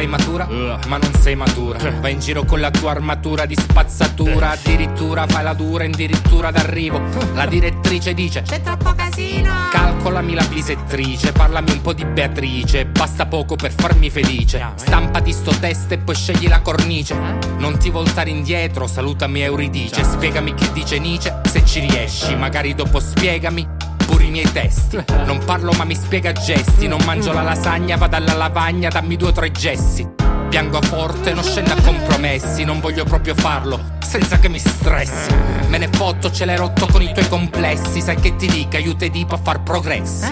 sei matura, ma non sei matura. Vai in giro con la tua armatura di spazzatura. Addirittura fai la dura addirittura d'arrivo. La direttrice dice c'è troppo casino. calcolami la bisettrice, parlami un po' di Beatrice. Basta poco per farmi felice. Stampati sto test e poi scegli la cornice. Non ti voltare indietro, salutami Euridice. Spiegami che dice Nietzsche, se ci riesci. Magari dopo spiegami pure i miei testi. Non parlo ma mi spiega gesti. Non mangio la lasagna, vado alla lavagna, dammi 2 o 3 gessi. Piango forte, non scendo a compromessi. Non voglio proprio farlo senza che mi stressi. Me ne fotto, ce l'hai rotto con i tuoi complessi. Sai che ti dica, io te dico a far progressi.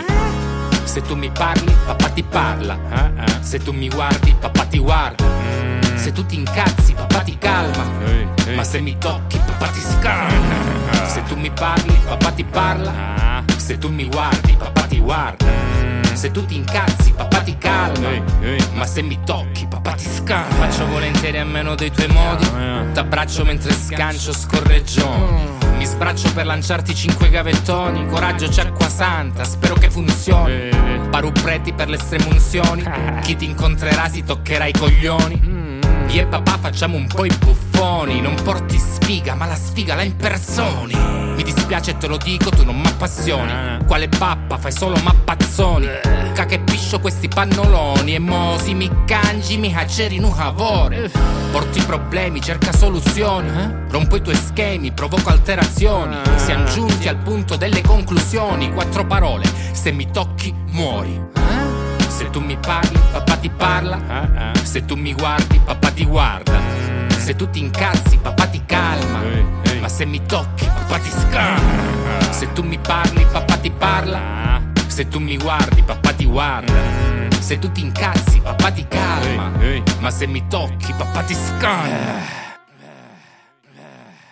Se tu mi parli, papà ti parla. Se tu mi guardi, papà ti guarda. Se tu ti incazzi, papà ti calma. Ma se mi tocchi, papà ti scalma. Se tu mi parli, papà ti parla. Se tu mi guardi, papà ti guarda. Se tu ti incazzi, papà ti calma. Ma se mi tocchi, papà ti scalma. Faccio volentieri a meno dei tuoi modi. T'abbraccio mentre sgancio scorreggioni. Mi sbraccio per lanciarti 5 gavettoni. Coraggio c'è acqua santa, spero che funzioni. Parupreti per le estremunzioni. Chi ti incontrerà si toccherà i coglioni. Io e papà facciamo un po' i buffoni. Non porti sfiga, ma la sfiga la impersoni. Mi dispiace e te lo dico, tu non m'appassioni. Quale pappa, fai solo mappazzoni. Ca che piscio questi pannoloni. E mo si mi cangi, mi haceri nu favore. Porti problemi, cerca soluzioni. Rompo i tuoi schemi, provoco alterazioni. Siamo giunti al punto delle conclusioni. 4 parole, se mi tocchi muori. Se tu mi parli, papà ti parla. Se tu mi guardi, papà ti guarda. Se tu ti incazzi, papà ti calma. Ma se mi tocchi, papà ti scalma. Se tu mi parli, papà ti parla. Se tu mi guardi, papà ti guarda. Se tu ti incazzi, papà ti calma. Ma se mi tocchi, papà ti scalma.